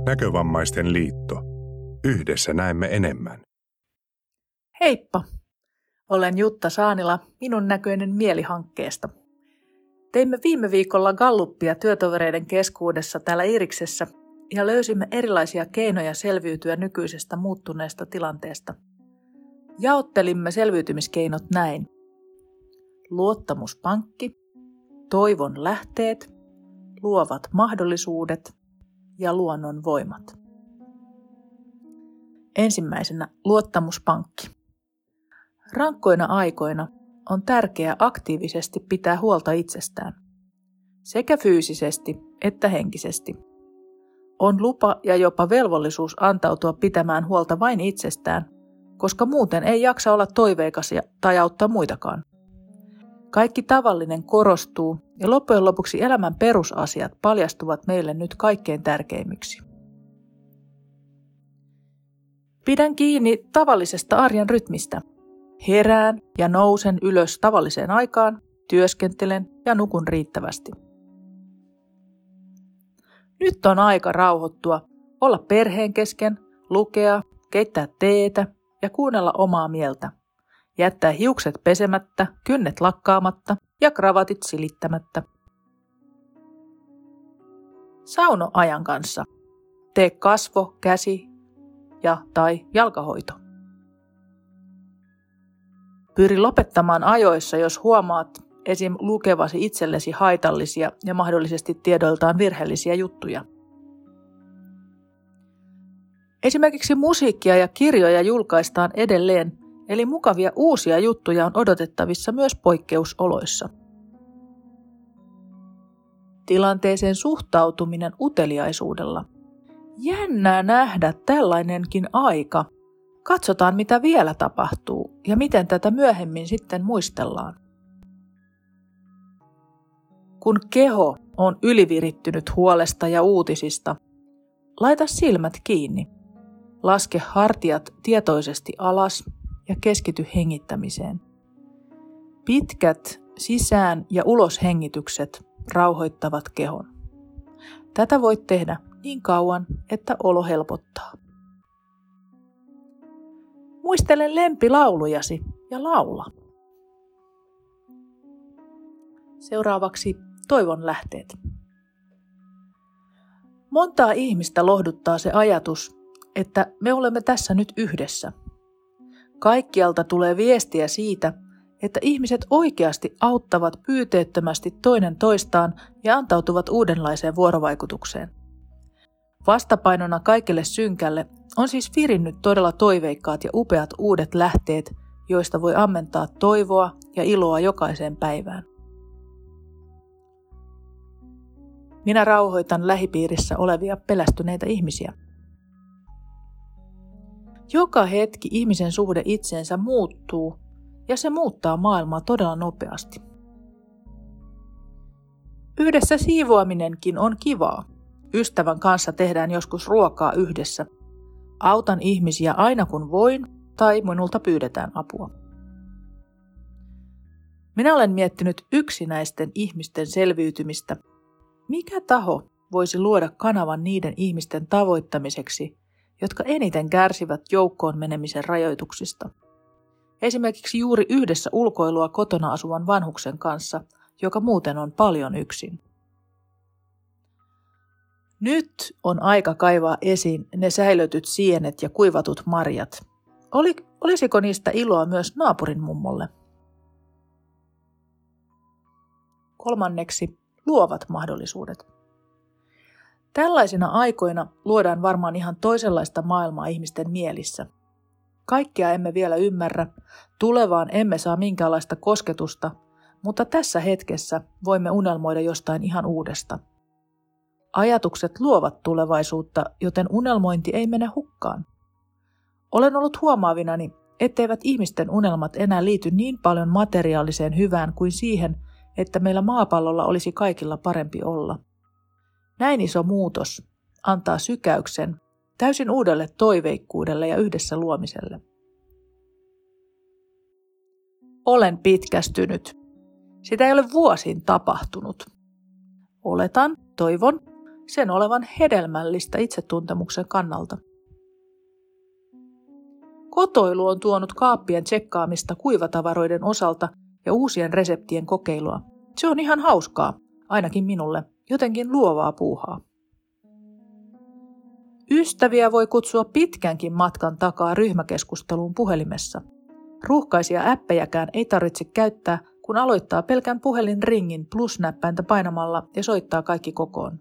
Näkövammaisten liitto. Yhdessä näemme enemmän. Heippa! Olen Jutta Saanila Minun näköinen mieli-hankkeesta. Teimme viime viikolla galluppia työtovereiden keskuudessa täällä Iiriksessä ja löysimme erilaisia keinoja selviytyä nykyisestä muuttuneesta tilanteesta. Jaottelimme selviytymiskeinot näin. Luottamuspankki, toivon lähteet, luovat mahdollisuudet ja luonnon voimat. Ensimmäisenä luottamuspankki. Rankkoina aikoina on tärkeää aktiivisesti pitää huolta itsestään, sekä fyysisesti että henkisesti. On lupa ja jopa velvollisuus antautua pitämään huolta vain itsestään, koska muuten ei jaksa olla toiveikas tai auttaa muitakaan. Kaikki tavallinen korostuu ja loppujen lopuksi elämän perusasiat paljastuvat meille nyt kaikkein tärkeimmiksi. Pidän kiinni tavallisesta arjen rytmistä. Herään ja nousen ylös tavalliseen aikaan, työskentelen ja nukun riittävästi. Nyt on aika rauhoittua, olla perheen kesken, lukea, keittää teetä ja kuunnella omaa mieltä. Jättää hiukset pesemättä, kynnet lakkaamatta ja kravatit silittämättä. Sauno ajan kanssa. Tee kasvo-, käsi- tai jalkahoito. Pyri lopettamaan ajoissa, jos huomaat esim. Lukevasi itsellesi haitallisia ja mahdollisesti tiedoiltaan virheellisiä juttuja. Esimerkiksi musiikkia ja kirjoja julkaistaan edelleen, eli mukavia uusia juttuja on odotettavissa myös poikkeusoloissa. Tilanteeseen suhtautuminen uteliaisuudella. Jännää nähdä tällainenkin aika. Katsotaan, mitä vielä tapahtuu ja miten tätä myöhemmin sitten muistellaan. Kun keho on ylivirittynyt huolesta ja uutisista, laita silmät kiinni. Laske hartiat tietoisesti alas ja keskity hengittämiseen. Pitkät sisään- ja uloshengitykset rauhoittavat kehon. Tätä voit tehdä niin kauan, että olo helpottaa. Muistele lempilaulujasi ja laula. Seuraavaksi toivon lähteet. Montaa ihmistä lohduttaa se ajatus, että me olemme tässä nyt yhdessä. Kaikkialta tulee viestiä siitä, että ihmiset oikeasti auttavat pyyteettömästi toinen toistaan ja antautuvat uudenlaiseen vuorovaikutukseen. Vastapainona kaikelle synkälle on siis virinnyt todella toiveikkaat ja upeat uudet lähteet, joista voi ammentaa toivoa ja iloa jokaiseen päivään. Minä rauhoitan lähipiirissä olevia pelästyneitä ihmisiä. Joka hetki ihmisen suhde itseensä muuttuu ja se muuttaa maailmaa todella nopeasti. Yhdessä siivoaminenkin on kivaa. Ystävän kanssa tehdään joskus ruokaa yhdessä. Autan ihmisiä aina kun voin tai minulta pyydetään apua. Minä olen miettinyt yksinäisten ihmisten selviytymistä. Mikä taho voisi luoda kanavan niiden ihmisten tavoittamiseksi, jotka eniten kärsivät joukkoon menemisen rajoituksista? Esimerkiksi juuri yhdessä ulkoilua kotona asuvan vanhuksen kanssa, joka muuten on paljon yksin. Nyt on aika kaivaa esiin ne säilötyt sienet ja kuivatut marjat. Olisiko niistä iloa myös naapurin mummolle? Kolmanneksi, luovat mahdollisuudet. Tällaisina aikoina luodaan varmaan ihan toisenlaista maailmaa ihmisten mielissä. Kaikkea emme vielä ymmärrä, tulevaan emme saa minkäänlaista kosketusta, mutta tässä hetkessä voimme unelmoida jostain ihan uudesta. Ajatukset luovat tulevaisuutta, joten unelmointi ei mene hukkaan. Olen ollut huomaavinani, etteivät ihmisten unelmat enää liity niin paljon materiaaliseen hyvään kuin siihen, että meillä maapallolla olisi kaikilla parempi olla. Näin iso muutos antaa sykäyksen täysin uudelle toiveikkuudelle ja yhdessä luomiselle. Olen pitkästynyt. Sitä ei ole vuosiin tapahtunut. Oletan, toivon, sen olevan hedelmällistä itsetuntemuksen kannalta. Kotoilu on tuonut kaappien tsekkaamista kuivatavaroiden osalta ja uusien reseptien kokeilua. Se on ihan hauskaa, ainakin minulle, jotenkin luovaa puuhaa. Ystäviä voi kutsua pitkänkin matkan takaa ryhmäkeskusteluun puhelimessa. Ruuhkaisia äppejäkään ei tarvitse käyttää, kun aloittaa pelkän puhelinringin plus-näppäintä painamalla ja soittaa kaikki kokoon.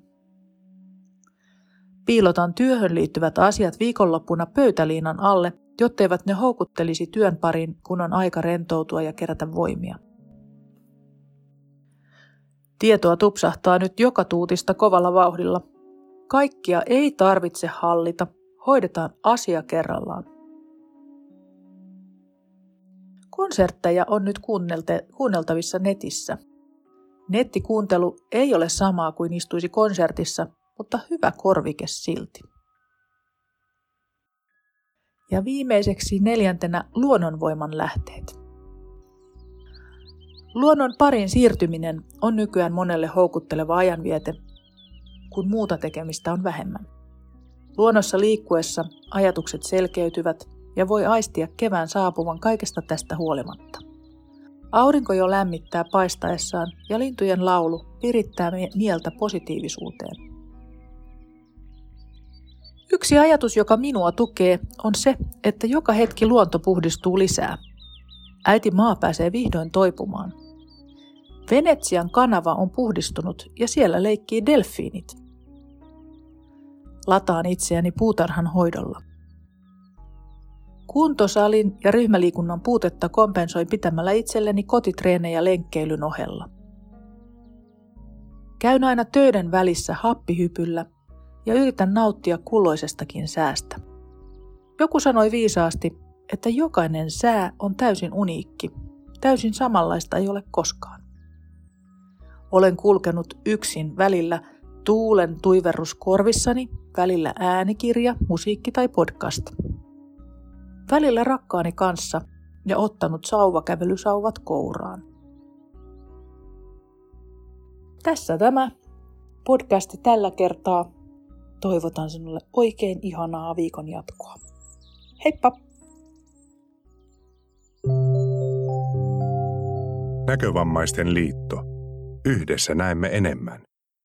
Piilotan työhön liittyvät asiat viikonloppuna pöytäliinan alle, jotteivät ne houkuttelisi työn pariin, kun on aika rentoutua ja kerätä voimia. Tietoa tupsahtaa nyt joka tuutista kovalla vauhdilla. Kaikkia ei tarvitse hallita, hoidetaan asia kerrallaan. Konsertteja on nyt kuunneltavissa netissä. Nettikuuntelu ei ole samaa kuin istuisi konsertissa, mutta hyvä korvike silti. Ja viimeiseksi 4. luonnonvoiman lähteet. Luonnon pariin siirtyminen on nykyään monelle houkutteleva ajanviete, kun muuta tekemistä on vähemmän. Luonnossa liikkuessa ajatukset selkeytyvät ja voi aistia kevään saapuvan kaikesta tästä huolimatta. Aurinko jo lämmittää paistaessaan ja lintujen laulu virittää mieltä positiivisuuteen. Yksi ajatus, joka minua tukee, on se, että joka hetki luonto puhdistuu lisää. Äiti maa pääsee vihdoin toipumaan. Venetsian kanava on puhdistunut ja siellä leikkii delfiinit. Lataan itseäni puutarhan hoidolla. Kuntosalin ja ryhmäliikunnan puutetta kompensoin pitämällä itselleni kotitreenejä lenkkeilyn ohella. Käyn aina töiden välissä happihypyllä ja yritän nauttia kulloisestakin säästä. Joku sanoi viisaasti, että jokainen sää on täysin uniikki, täysin samanlaista ei ole koskaan. Olen kulkenut yksin välillä tuulen tuiverrus korvissani, välillä äänikirja, musiikki tai podcast. Välillä rakkaani kanssa ja ottanut sauvakävelysauvat kouraan. Tässä tämä podcasti tällä kertaa. Toivotan sinulle oikein ihanaa viikon jatkoa. Heippa! Näkövammaisten liitto. Yhdessä näemme enemmän.